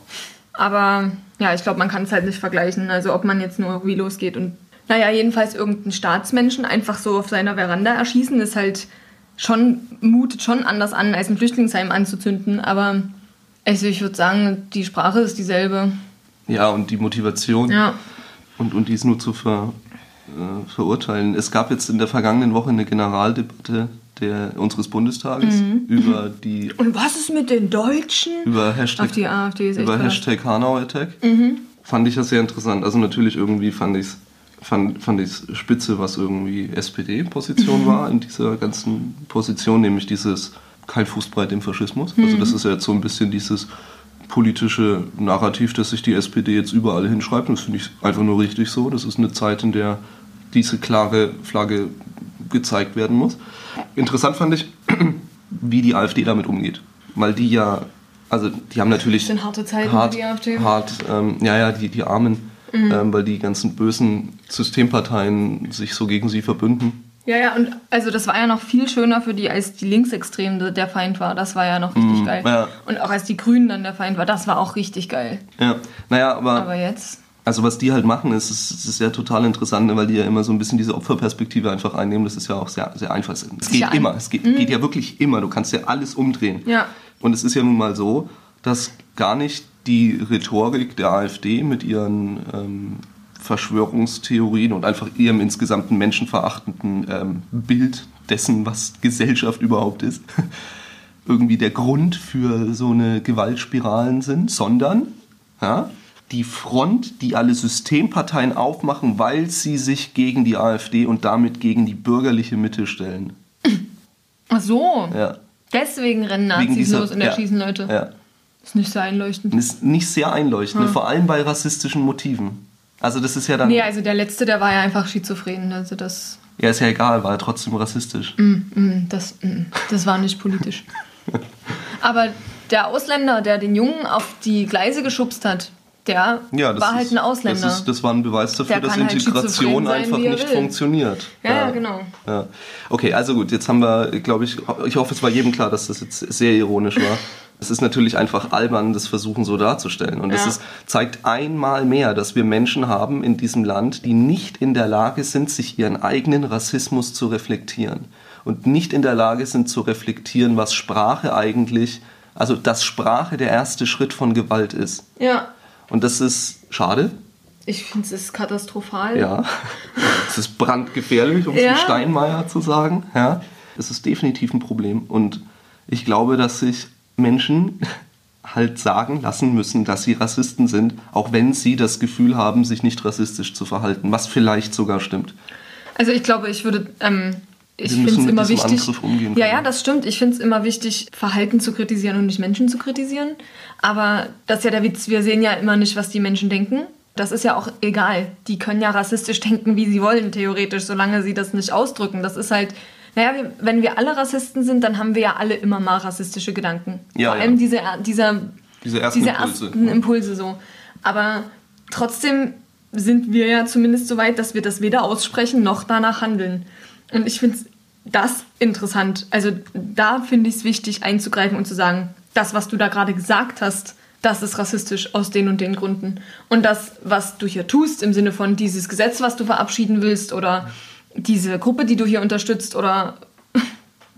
Aber ja, ich glaube, man kann es halt nicht vergleichen. Also ob man jetzt nur irgendwie losgeht und... Naja, jedenfalls irgendeinen Staatsmenschen einfach so auf seiner Veranda erschießen, ist halt schon, mutet schon anders an, als ein Flüchtlingsheim anzuzünden. Aber also ich würde sagen, die Sprache ist dieselbe. Ja, und die Motivation. Ja. Und, und die ist nur zu ver, äh, verurteilen. Es gab jetzt in der vergangenen Woche eine Generaldebatte der, unseres Bundestages mhm. über die... Und was ist mit den Deutschen? Über Hashtag, auf die AfD ist echt über Hashtag Hanau Attack. Mhm. Fand ich das sehr interessant. Also natürlich irgendwie fand ich es fand, fand ich's spitze, was irgendwie S P D-Position mhm. war in dieser ganzen Position, nämlich dieses kein Fußbreit im Faschismus. Mhm. Also das ist ja jetzt so ein bisschen dieses politische Narrativ, dass sich die S P D jetzt überall hinschreibt. Und das finde ich einfach nur richtig so. Das ist eine Zeit, in der diese klare Flagge gezeigt werden muss. Interessant fand ich, wie die AfD damit umgeht. Weil die ja, also die haben natürlich... Das sind harte Zeiten hart, für die AfD. Hart, ähm, ja, ja, die, die Armen, mhm. ähm, weil die ganzen bösen Systemparteien sich so gegen sie verbünden. Ja, ja, und also das war ja noch viel schöner für die, als die Linksextremen der Feind war. Das war ja noch richtig mm, geil. Ja. Und auch als die Grünen dann der Feind war, das war auch richtig geil. Ja, naja, aber... Aber jetzt... Also was die halt machen, ist, ist, ist ja total interessant, weil die ja immer so ein bisschen diese Opferperspektive einfach einnehmen. Das ist ja auch sehr, sehr einfach. Es geht ja immer, es geht, mm. geht ja wirklich immer. Du kannst ja alles umdrehen. Ja. Und es ist ja nun mal so, dass gar nicht die Rhetorik der AfD mit ihren... Ähm, Verschwörungstheorien und einfach ihrem insgesamten menschenverachtenden ähm, Bild dessen, was Gesellschaft überhaupt ist, irgendwie der Grund für so eine Gewaltspiralen sind, sondern ja, die Front, die alle Systemparteien aufmachen, weil sie sich gegen die AfD und damit gegen die bürgerliche Mitte stellen. Ach so. Ja. Deswegen rennen Nazis dieser, los und erschießen ja, Leute. Ja. Ist nicht sehr einleuchtend. Ist nicht sehr einleuchtend, hm. vor allem bei rassistischen Motiven. Also das ist ja dann... Nee, also der Letzte, der war ja einfach schizophren. Also das... Ja, ist ja egal, war ja trotzdem rassistisch. Mm, mm, das, mm, das war nicht politisch. Aber der Ausländer, der den Jungen auf die Gleise geschubst hat, der ja, war halt ist, ein Ausländer. Das, ist, das war ein Beweis dafür, dass Integration halt einfach nicht will. funktioniert. Ja, ja, ja genau. Ja. Okay, also gut, jetzt haben wir, glaube ich, ich hoffe, es war jedem klar, dass das jetzt sehr ironisch war. Es ist natürlich einfach albern, das Versuchen so darzustellen. Und es ja. zeigt einmal mehr, dass wir Menschen haben in diesem Land, die nicht in der Lage sind, sich ihren eigenen Rassismus zu reflektieren. Und nicht in der Lage sind zu reflektieren, was Sprache eigentlich, also dass Sprache der erste Schritt von Gewalt ist. Ja. Und das ist schade. Ich finde, es ist katastrophal. Ja, es ist brandgefährlich, um es ja. wie Steinmeier zu sagen. Ja, es ist definitiv ein Problem. Und ich glaube, dass sich Menschen halt sagen lassen müssen, dass sie Rassisten sind, auch wenn sie das Gefühl haben, sich nicht rassistisch zu verhalten, was vielleicht sogar stimmt. Also ich glaube, ich würde... Ähm Ich finde es immer wichtig. Angriff umgehen ja, ja, das stimmt. Ich finde es immer wichtig, Verhalten zu kritisieren und nicht Menschen zu kritisieren. Aber das ist ja der Witz, wir sehen ja immer nicht, was die Menschen denken. Das ist ja auch egal. Die können ja rassistisch denken, wie sie wollen, theoretisch, solange sie das nicht ausdrücken. Das ist halt, naja, wenn wir alle Rassisten sind, dann haben wir ja alle immer mal rassistische Gedanken. Ja, Vor allem ja. diese, dieser, diese ersten, diese Impulse. ersten Impulse so. Aber trotzdem sind wir ja zumindest so weit, dass wir das weder aussprechen noch danach handeln. Und ich finde das interessant. Also da finde ich es wichtig, einzugreifen und zu sagen, das, was du da gerade gesagt hast, das ist rassistisch aus den und den Gründen. Und das, was du hier tust, im Sinne von dieses Gesetz, was du verabschieden willst oder diese Gruppe, die du hier unterstützt oder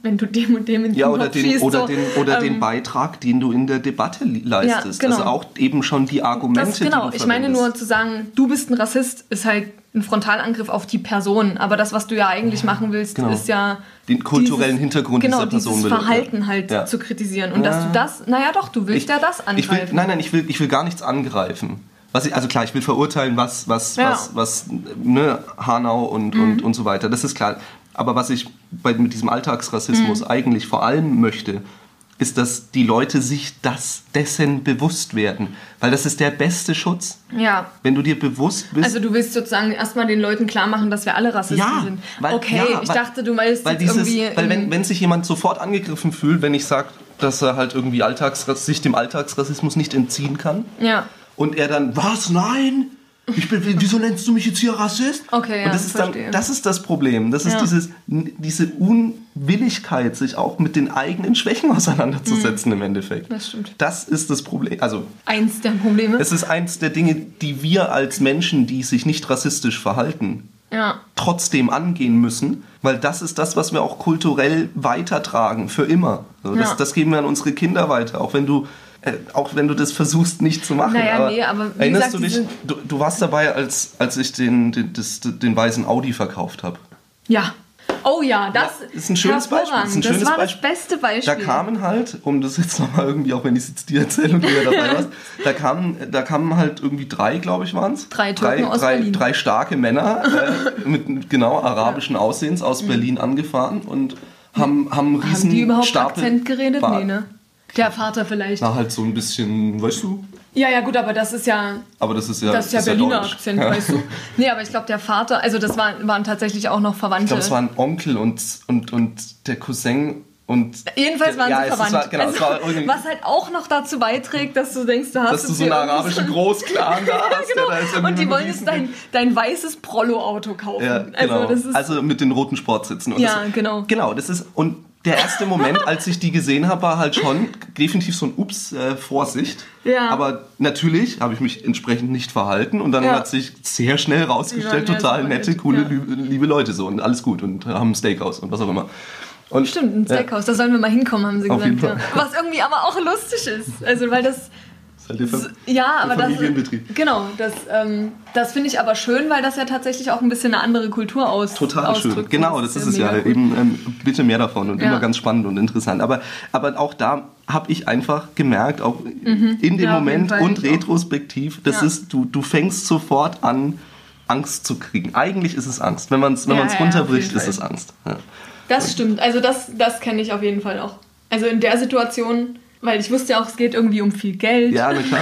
wenn du dem und dem in den Ja, oder, Kopf den, schießt, oder, so, den, oder ähm, den Beitrag, den du in der Debatte leistest. Ja, genau. Also auch eben schon die Argumente, das, genau. die du Ich meine verwendest. nur zu sagen, du bist ein Rassist, ist halt ein Frontalangriff auf die Person. Aber das, was du ja eigentlich machen willst, genau. ist ja den kulturellen dieses, Hintergrund genau, dieser Person dieses beleuchten. Verhalten halt ja. zu kritisieren. Und ja. dass du das, naja doch, du willst ich, ja das angreifen. Ich will, nein, nein, ich will, ich will gar nichts angreifen. Was ich, also klar, ich will verurteilen, was, was, ja. was, was, ne, Hanau und, mhm. und, und so weiter. Das ist klar. Aber was ich bei, mit diesem Alltagsrassismus mhm. eigentlich vor allem möchte, ist, dass die Leute sich das dessen bewusst werden. Weil das ist der beste Schutz. Ja. Wenn du dir bewusst bist... Also du willst sozusagen erstmal den Leuten klar machen, dass wir alle Rassisten ja, sind. Weil, okay, ja, ich weil, dachte, du meinst weil dieses, irgendwie... Weil wenn, wenn sich jemand sofort angegriffen fühlt, wenn ich sage, dass er halt irgendwie Alltagsrass- sich dem Alltagsrassismus nicht entziehen kann. Ja. Und er dann, was, nein? Ich bin, wieso nennst du mich jetzt hier Rassist? Okay, ja, und das ist dann, das ist das Problem. Das ist ja. dieses, diese Unwilligkeit, sich auch mit den eigenen Schwächen auseinanderzusetzen mhm. im Endeffekt. Das stimmt. Das ist das Problem. Also, eins der Probleme. Es ist eins der Dinge, die wir als Menschen, die sich nicht rassistisch verhalten, ja. trotzdem angehen müssen, weil das ist das, was wir auch kulturell weitertragen, für immer. Also das, ja. das geben wir an unsere Kinder weiter, auch wenn du Äh, auch wenn du das versuchst nicht zu machen. Naja, aber nee, aber wie erinnerst gesagt, du dich, du, du warst dabei, als, als ich den, den, das, den weißen Audi verkauft habe. Ja. Oh ja, das ja, ist ein schönes Beispiel. Das, ist ein das schönes war Beispiel. das beste Beispiel. Da kamen halt, um das jetzt nochmal irgendwie, auch wenn ich es jetzt dir erzähle und du ja dabei warst, da kamen, da kamen halt irgendwie drei, glaube ich, waren es. Drei Türken drei, aus drei, Berlin. Drei starke Männer äh, mit genau arabischen Aussehens aus mhm. Berlin angefahren und haben, haben riesen Haben die überhaupt Stapel Akzent geredet? Bar- Nee, ne? Der Vater vielleicht. Na, halt so ein bisschen, weißt du? Ja, ja, gut, aber das ist ja... Aber das ist ja... Das ist ja ist Berliner ja Akzent, weißt du? Nee, aber ich glaube, der Vater... Also das waren, waren tatsächlich auch noch Verwandte. Ich glaube, es waren Onkel und, und, und der Cousin und... Jedenfalls waren ja, sie verwandt. War, genau, also, es war was halt auch noch dazu beiträgt, dass du denkst, du hast... Dass du so einen arabischen Großclan da hast. Genau. Der da jetzt und die wollen jetzt dein, dein weißes Prollo-Auto kaufen. Ja, genau. Also, das ist, also mit den roten Sportsitzen. Und ja, das, genau. Genau, das ist... Und der erste Moment, als ich die gesehen habe, war halt schon definitiv so ein Ups, äh, Vorsicht. Ja. Aber natürlich habe ich mich entsprechend nicht verhalten und dann ja. hat sich sehr schnell rausgestellt, ja, total nette, coole, ja. liebe, liebe Leute so und alles gut und haben ein Steakhouse und was auch immer. Und, Stimmt, ein Steakhouse, ja. da sollen wir mal hinkommen, haben sie Auf gesagt. Ja. Was irgendwie aber auch lustig ist, also weil das... Halt der Ver- ja, aber der das genau, das, ähm, das finde ich aber schön, weil das ja tatsächlich auch ein bisschen eine andere Kultur aus, Total ausdrückt. schön, genau, das, das ist es ja. Gut. Eben ähm, bitte mehr davon und ja. immer ganz spannend und interessant. Aber, aber auch da habe ich einfach gemerkt, auch mhm. in dem ja, Moment und ich retrospektiv, das ja. ist, du, du fängst sofort an, Angst zu kriegen. Eigentlich ist es Angst. Wenn man es wenn ja, man's ja, runterbricht, ist es Angst. Ja. Das stimmt, also das, das kenne ich auf jeden Fall auch. Also in der Situation... Weil ich wusste ja auch, es geht irgendwie um viel Geld. Ja, na klar.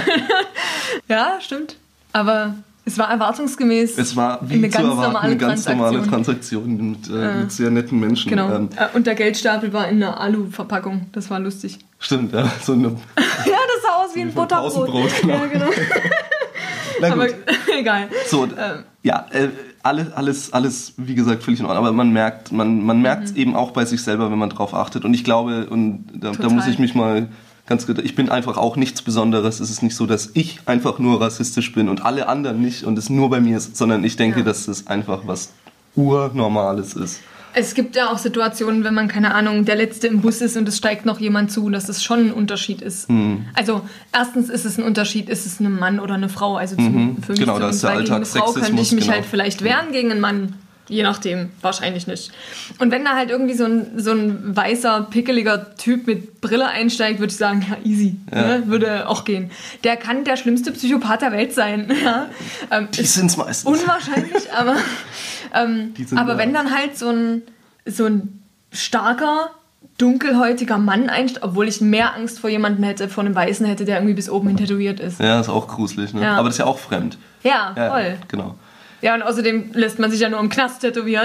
Ja, stimmt. Aber es war erwartungsgemäß es war wie eine zu ganz erwarten, normale eine ganz Transaktion. normale Transaktion mit, äh, äh, mit sehr netten Menschen. Genau. Ähm, Und der Geldstapel war in einer Alu-Verpackung. Das war lustig. Stimmt, ja. So eine, ja, das sah aus wie ein Butterbrot. Pausenbrot, genau. Ja, genau. Na gut. Aber egal. So, ähm. ja, äh, alles, alles, alles, wie gesagt, völlig in Ordnung. Aber man merkt, man, man merkt es mhm. eben auch bei sich selber, wenn man drauf achtet. Und ich glaube, und da, da muss ich mich mal ganz gut, ich bin einfach auch nichts Besonderes. Es ist nicht so, dass ich einfach nur rassistisch bin und alle anderen nicht und es nur bei mir ist, sondern ich denke, ja. dass es einfach was Urnormales ist. Es gibt ja auch Situationen, wenn man, keine Ahnung, der Letzte im Bus ist und es steigt noch jemand zu, dass es schon ein Unterschied ist. Mhm. Also erstens ist es ein Unterschied, ist es ein Mann oder eine Frau. Also zu, mhm. für mich genau, zu das ist der gegen eine Frau könnte ich mich genau. halt vielleicht wehren gegen einen Mann. Je nachdem, wahrscheinlich nicht. Und wenn da halt irgendwie so ein, so ein weißer, pickeliger Typ mit Brille einsteigt, würde ich sagen, ja, easy. Ja. Ne? Würde auch gehen. Der kann der schlimmste Psychopath der Welt sein. Ja? Ähm, Die sind es meistens. Unwahrscheinlich, aber, ähm, aber wenn dann halt so ein, so ein starker, dunkelhäutiger Mann einsteigt, obwohl ich mehr Angst vor jemandem hätte, vor einem Weißen hätte, der irgendwie bis oben hin tätowiert ist. Ja, ist auch gruselig. Ne? Ja. Aber das ist ja auch fremd. Ja, ja voll. Genau. Ja, und außerdem lässt man sich ja nur im Knast tätowieren.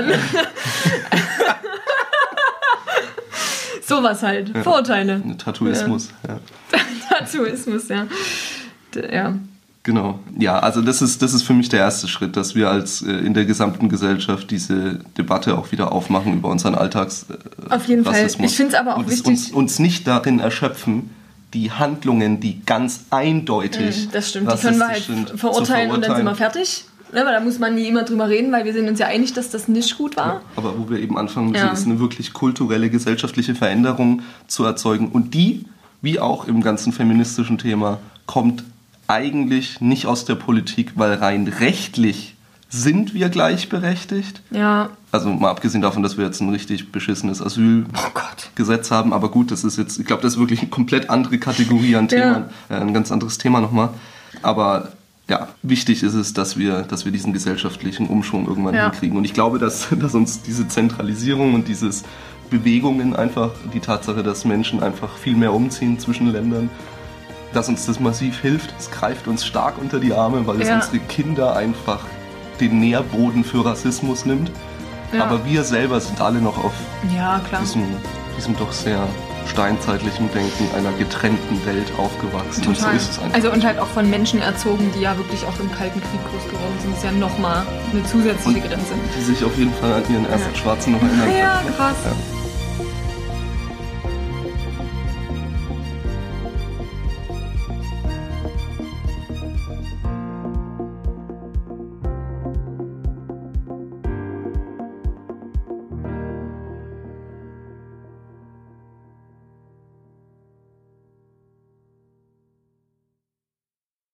Sowas halt. Ja. Vorurteile. Tattooismus, ja. ja. Tattooismus, ja. D- ja. Genau. Ja, also das ist, das ist für mich der erste Schritt, dass wir als äh, in der gesamten Gesellschaft diese Debatte auch wieder aufmachen über unseren Alltagsrassismus. Äh, Auf jeden Rassismus. Fall. Ich finde es aber auch und wichtig. Uns, uns nicht darin erschöpfen, die Handlungen, die ganz eindeutig Das stimmt, die können wir halt sind, verurteilen und dann sind wir fertig. Ne, weil da muss man nie immer drüber reden, weil wir sind uns ja einig, dass das nicht gut war. Ja, aber wo wir eben anfangen müssen, Ja. ist eine wirklich kulturelle, gesellschaftliche Veränderung zu erzeugen. Und die, wie auch im ganzen feministischen Thema, kommt eigentlich nicht aus der Politik, weil rein rechtlich sind wir gleichberechtigt. Ja. Also mal abgesehen davon, dass wir jetzt ein richtig beschissenes Asylgesetz haben. Aber gut, das ist jetzt, ich glaube, das ist wirklich eine komplett andere Kategorie an Themen, ja. äh, ein ganz anderes Thema nochmal. Aber ja, wichtig ist es, dass wir, dass wir diesen gesellschaftlichen Umschwung irgendwann ja. hinkriegen. Und ich glaube, dass, dass uns diese Zentralisierung und dieses Bewegungen einfach, die Tatsache, dass Menschen einfach viel mehr umziehen zwischen Ländern, dass uns das massiv hilft. Es greift uns stark unter die Arme, weil es ja. unsere Kinder einfach den Nährboden für Rassismus nimmt. Ja. Aber wir selber sind alle noch auf ja, klar. Diesem, diesem doch sehr steinzeitlichen Denken einer getrennten Welt aufgewachsen. Total. Und so ist es einfach. Also und halt auch von Menschen erzogen, die ja wirklich auch im Kalten Krieg groß geworden sind. Das ist ja nochmal eine zusätzliche und Grenze. Die sich auf jeden Fall an ihren ersten ja. Schwarzen noch erinnern. Ja, krass. Ja.